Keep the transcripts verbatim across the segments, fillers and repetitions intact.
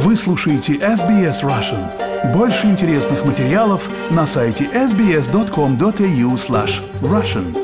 Вы слушаете эс би эс Russian. Больше интересных материалов на сайте эс би эс точка ком точка эй ю слэш Russian.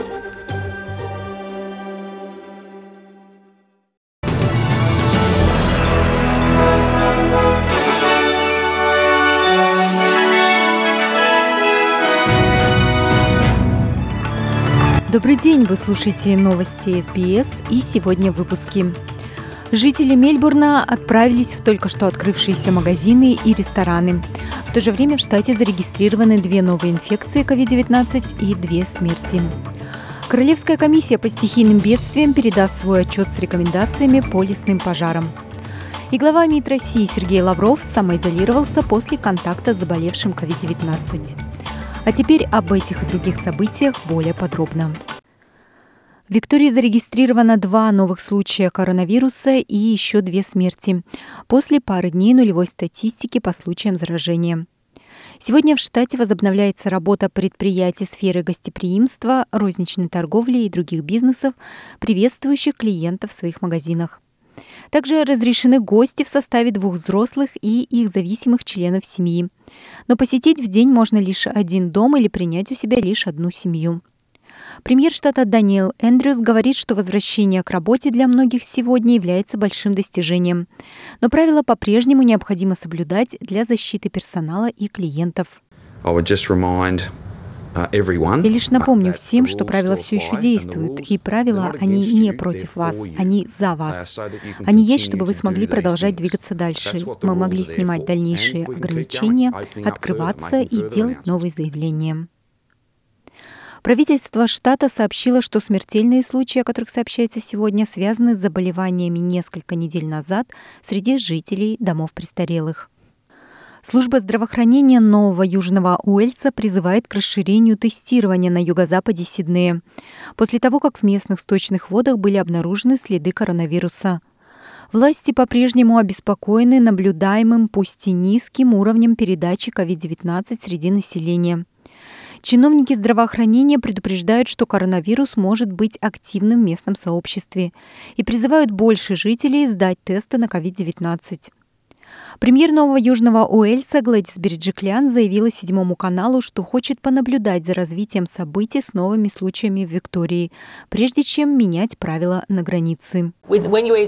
Добрый день, вы слушаете новости эс би эс, и сегодня в выпуске. Жители Мельбурна отправились в только что открывшиеся магазины и рестораны. В то же время в штате зарегистрированы две новые инфекции ковид девятнадцать и две смерти. Королевская комиссия по стихийным бедствиям передаст свой отчет с рекомендациями по лесным пожарам. И глава МИД России Сергей Лавров самоизолировался после контакта с заболевшим ковид девятнадцать. А теперь об этих и других событиях более подробно. В Виктории зарегистрировано два новых случая коронавируса и еще две смерти после пары дней нулевой статистики по случаям заражения. Сегодня в штате возобновляется работа предприятий сферы гостеприимства, розничной торговли и других бизнесов, приветствующих клиентов в своих магазинах. Также разрешены гости в составе двух взрослых и их зависимых членов семьи. Но посетить в день можно лишь один дом или принять у себя лишь одну семью. Премьер штата Даниэл Эндрюс говорит, что возвращение к работе для многих сегодня является большим достижением. Но правила по-прежнему необходимо соблюдать для защиты персонала и клиентов. Я лишь напомню всем, что правила все еще действуют, и правила, они не против вас, они за вас. Они есть, чтобы вы смогли продолжать двигаться дальше. Мы могли снимать дальнейшие ограничения, открываться и делать новые заявления. Правительство штата сообщило, что смертельные случаи, о которых сообщается сегодня, связаны с заболеваниями несколько недель назад среди жителей домов престарелых. Служба здравоохранения Нового Южного Уэльса призывает к расширению тестирования на юго-западе Сиднея после того, как в местных сточных водах были обнаружены следы коронавируса. Власти по-прежнему обеспокоены наблюдаемым, пусть и низким, уровнем передачи ковид девятнадцать среди населения. Чиновники здравоохранения предупреждают, что коронавирус может быть активным в местном сообществе и призывают больше жителей сдать тесты на ковид девятнадцать. Премьер Нового Южного Уэльса Глэдис Береджиклян заявила Седьмому каналу, что хочет понаблюдать за развитием событий с новыми случаями в Виктории, прежде чем менять правила на границе. Вы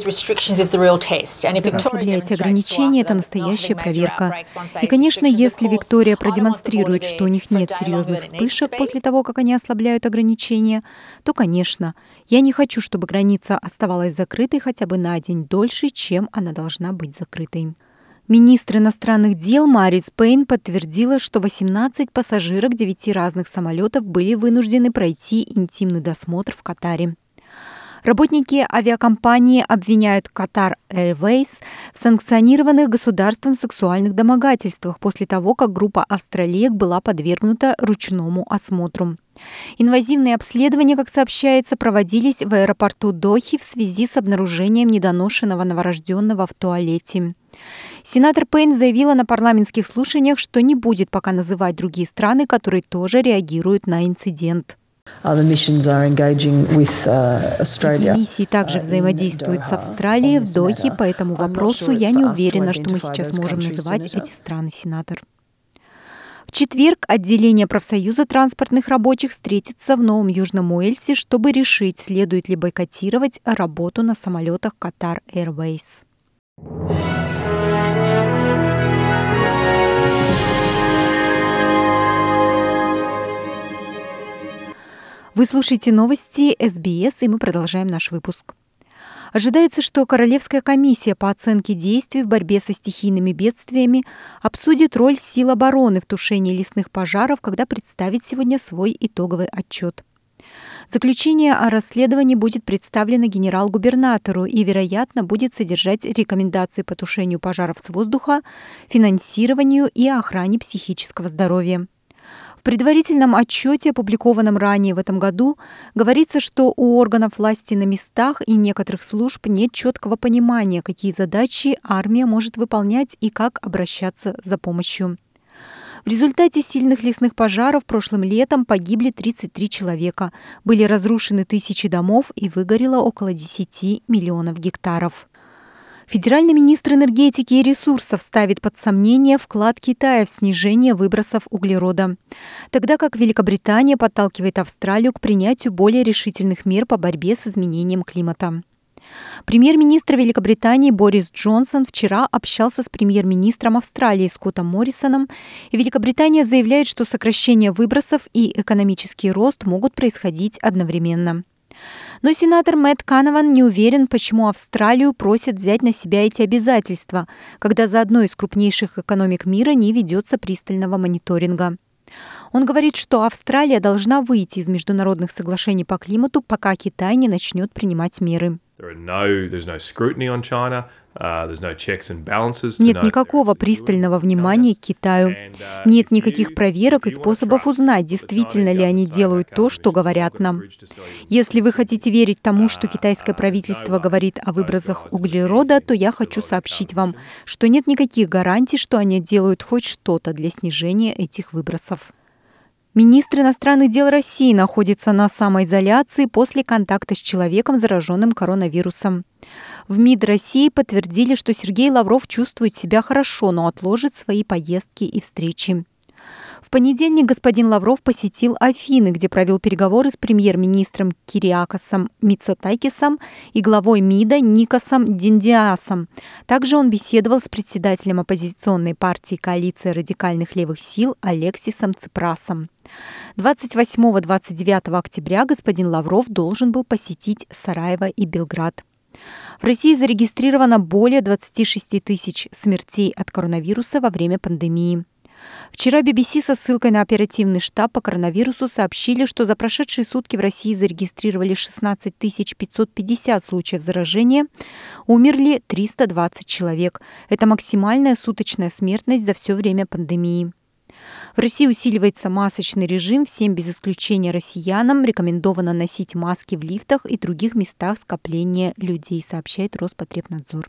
ослабляете ограничения, это настоящая проверка. И, конечно, если Виктория продемонстрирует, что у них нет серьезных вспышек после того, как они ослабляют ограничения, то, конечно, я не хочу, чтобы граница оставалась закрытой хотя бы на день дольше, чем она должна быть закрытой. Министр иностранных дел Марис Пейн подтвердила, что восемнадцать пассажирок девяти разных самолетов были вынуждены пройти интимный досмотр в Катаре. Работники авиакомпании обвиняют Qatar Airways в санкционированных государством сексуальных домогательствах после того, как группа австралиек была подвергнута ручному осмотру. Инвазивные обследования, как сообщается, проводились в аэропорту Дохи в связи с обнаружением недоношенного новорожденного в туалете. Сенатор Пейн заявила на парламентских слушаниях, что не будет пока называть другие страны, которые тоже реагируют на инцидент. Миссии также взаимодействуют с Австралией в Дохе, по этому вопросу я не уверена, что мы сейчас можем называть эти страны, сенатор. В четверг отделение профсоюза транспортных рабочих встретится в Новом Южном Уэльсе, чтобы решить, следует ли бойкотировать работу на самолетах Qatar Airways. Вы слушаете новости эс би эс, и мы продолжаем наш выпуск. Ожидается, что Королевская комиссия по оценке действий в борьбе со стихийными бедствиями обсудит роль сил обороны в тушении лесных пожаров, когда представит сегодня свой итоговый отчет. Заключение о расследовании будет представлено генерал-губернатору и, вероятно, будет содержать рекомендации по тушению пожаров с воздуха, финансированию и охране психического здоровья. В предварительном отчете, опубликованном ранее в этом году, говорится, что у органов власти на местах и некоторых служб нет четкого понимания, какие задачи армия может выполнять и как обращаться за помощью. В результате сильных лесных пожаров прошлым летом погибли тридцать три человека, были разрушены тысячи домов и выгорело около десяти миллионов гектаров. Федеральный министр энергетики и ресурсов ставит под сомнение вклад Китая в снижение выбросов углерода, тогда как Великобритания подталкивает Австралию к принятию более решительных мер по борьбе с изменением климата. Премьер-министр Великобритании Борис Джонсон вчера общался с премьер-министром Австралии Скоттом Моррисоном, и Великобритания заявляет, что сокращение выбросов и экономический рост могут происходить одновременно. Но сенатор Мэтт Канаван не уверен, почему Австралию просят взять на себя эти обязательства, когда за одной из крупнейших экономик мира не ведется пристального мониторинга. Он говорит, что Австралия должна выйти из международных соглашений по климату, пока Китай не начнет принимать меры. Нет никакого пристального внимания к Китаю. Нет никаких проверок и способов узнать, действительно ли они делают то, что говорят нам. Если вы хотите верить тому, что китайское правительство говорит о выбросах углерода, то я хочу сообщить вам, что нет никаких гарантий, что они делают хоть что-то для снижения этих выбросов. Министр иностранных дел России находится на самоизоляции после контакта с человеком, зараженным коронавирусом. В МИД России подтвердили, что Сергей Лавров чувствует себя хорошо, но отложит свои поездки и встречи. В понедельник господин Лавров посетил Афины, где провел переговоры с премьер-министром Кириакосом Мицотакисом и главой МИДа Никосом Диндиасом. Также он беседовал с председателем оппозиционной партии коалиции радикальных левых сил Алексисом Ципрасом. двадцать восьмого — двадцать девятого октября господин Лавров должен был посетить Сараево и Белград. В России зарегистрировано более двадцати шести тысяч смертей от коронавируса во время пандемии. Вчера би би си со ссылкой на оперативный штаб по коронавирусу сообщили, что за прошедшие сутки в России зарегистрировали шестнадцать тысяч пятьсот пятьдесят случаев заражения, умерли триста двадцать человек. Это максимальная суточная смертность за все время пандемии. В России усиливается масочный режим. Всем без исключения россиянам рекомендовано носить маски в лифтах и других местах скопления людей, сообщает Роспотребнадзор.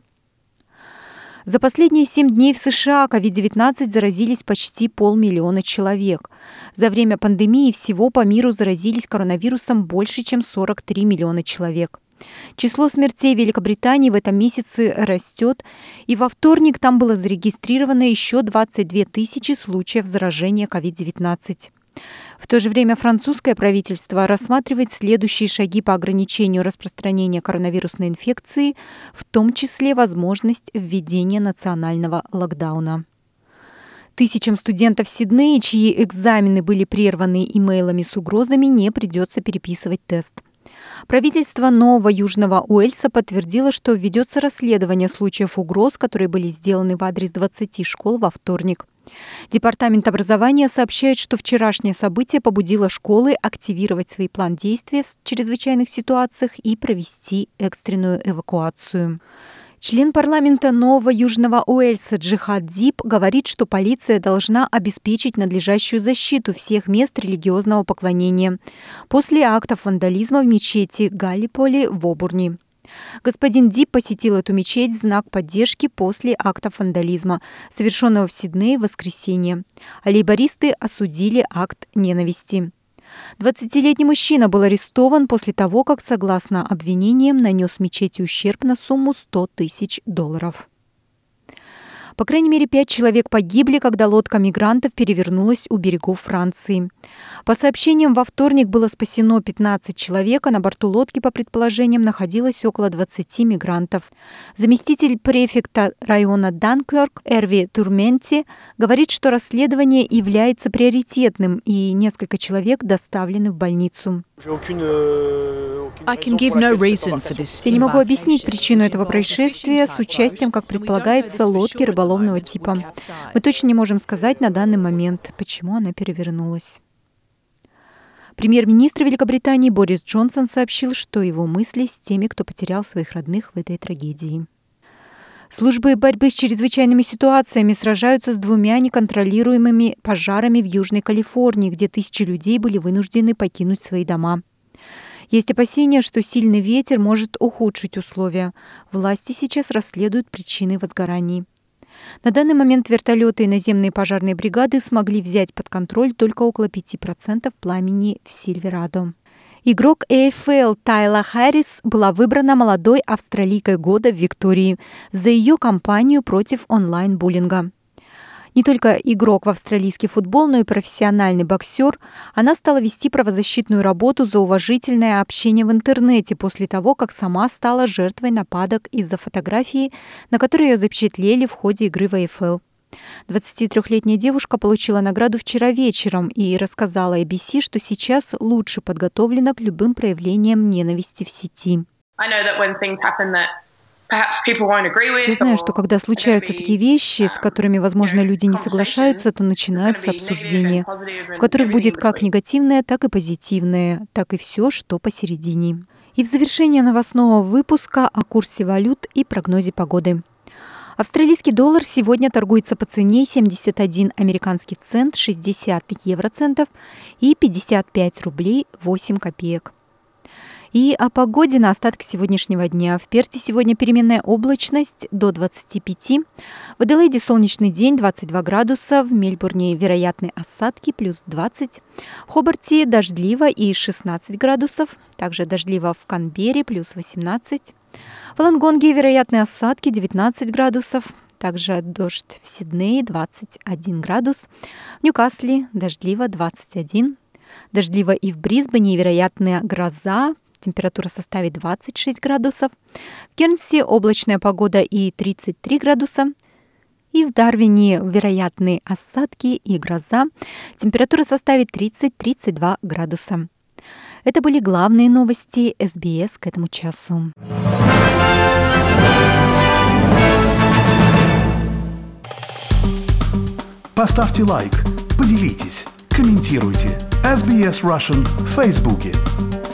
За последние семь дней в США ковид девятнадцать заразились почти полмиллиона человек. За время пандемии всего по миру заразились коронавирусом больше, чем сорок три миллиона человек. Число смертей в Великобритании в этом месяце растет, и во вторник там было зарегистрировано еще двадцать две тысячи случаев заражения ковид девятнадцать. В то же время французское правительство рассматривает следующие шаги по ограничению распространения коронавирусной инфекции, в том числе возможность введения национального локдауна. Тысячам студентов Сиднея, чьи экзамены были прерваны имейлами с угрозами, не придется переписывать тест. Правительство Нового Южного Уэльса подтвердило, что ведется расследование случаев угроз, которые были сделаны в адрес двадцати школ во вторник. Департамент образования сообщает, что вчерашнее событие побудило школы активировать свой план действия в чрезвычайных ситуациях и провести экстренную эвакуацию. Член парламента Нового Южного Уэльса Джихад Дип говорит, что полиция должна обеспечить надлежащую защиту всех мест религиозного поклонения после актов вандализма в мечети Галлиполи в Обурни. Господин Дип посетил эту мечеть в знак поддержки после актов вандализма, совершенного в Сиднее в воскресенье. А лейбористы осудили акт ненависти. двадцатилетний мужчина был арестован после того, как, согласно обвинениям, нанес мечети ущерб на сумму сто тысяч долларов. По крайней мере, пять человек погибли, когда лодка мигрантов перевернулась у берегов Франции. По сообщениям, во вторник было спасено пятнадцать человек, а на борту лодки, по предположениям, находилось около двадцати мигрантов. Заместитель префекта района Данкерк Эрви Турменти говорит, что расследование является приоритетным, и несколько человек доставлены в больницу. Я не могу объяснить причину этого происшествия с участием, как предполагается, лодки рыболовного типа. Мы точно не можем сказать на данный момент, почему она перевернулась. Премьер-министр Великобритании Борис Джонсон сообщил, что его мысли с теми, кто потерял своих родных в этой трагедии. Службы борьбы с чрезвычайными ситуациями сражаются с двумя неконтролируемыми пожарами в Южной Калифорнии, где тысячи людей были вынуждены покинуть свои дома. Есть опасения, что сильный ветер может ухудшить условия. Власти сейчас расследуют причины возгораний. На данный момент вертолеты и наземные пожарные бригады смогли взять под контроль только около пяти процентов пламени в Сильверадо. Игрок эй эф эл Тайла Харрис была выбрана молодой австралийкой года в Виктории за ее кампанию против онлайн-буллинга. Не только игрок в австралийский футбол, но и профессиональный боксер, она стала вести правозащитную работу за уважительное общение в интернете после того, как сама стала жертвой нападок из-за фотографии, на которой ее запечатлели в ходе игры в эй эф эл. двадцатитрёхлетняя девушка получила награду вчера вечером и рассказала эй би си, что сейчас лучше подготовлена к любым проявлениям ненависти в сети. Я знаю, что когда случаются такие вещи, с которыми, возможно, люди не соглашаются, то начинаются обсуждения, в которых будет как негативное, так и позитивное, так и все, что посередине. И в завершение новостного выпуска о курсе валют и прогнозе погоды. Австралийский доллар сегодня торгуется по цене семьдесят один американский цент шестьдесят евроцентов и пятьдесят пять рублей восемь копеек. И о погоде на остаток сегодняшнего дня. В Перте сегодня переменная облачность до двадцати пяти. В Аделаиде солнечный день двадцать два градуса. В Мельбурне вероятны осадки плюс двадцать. В Хобарте дождливо и шестнадцать градусов. Также дождливо в Канберре плюс восемнадцать. В Лонгонге вероятны осадки девятнадцать градусов. Также дождь в Сиднее двадцать один градус. В Ньюкасле дождливо двадцать один. Дождливо и в Брисбене вероятная гроза. Температура составит двадцать шесть градусов. В Кернсе облачная погода и тридцать три градуса. И в Дарвине вероятны осадки и гроза. Температура составит тридцать-тридцать два градуса. Это были главные новости эс би эс к этому часу. Поставьте лайк, поделитесь, комментируйте. эс би эс Russian в Фейсбуке.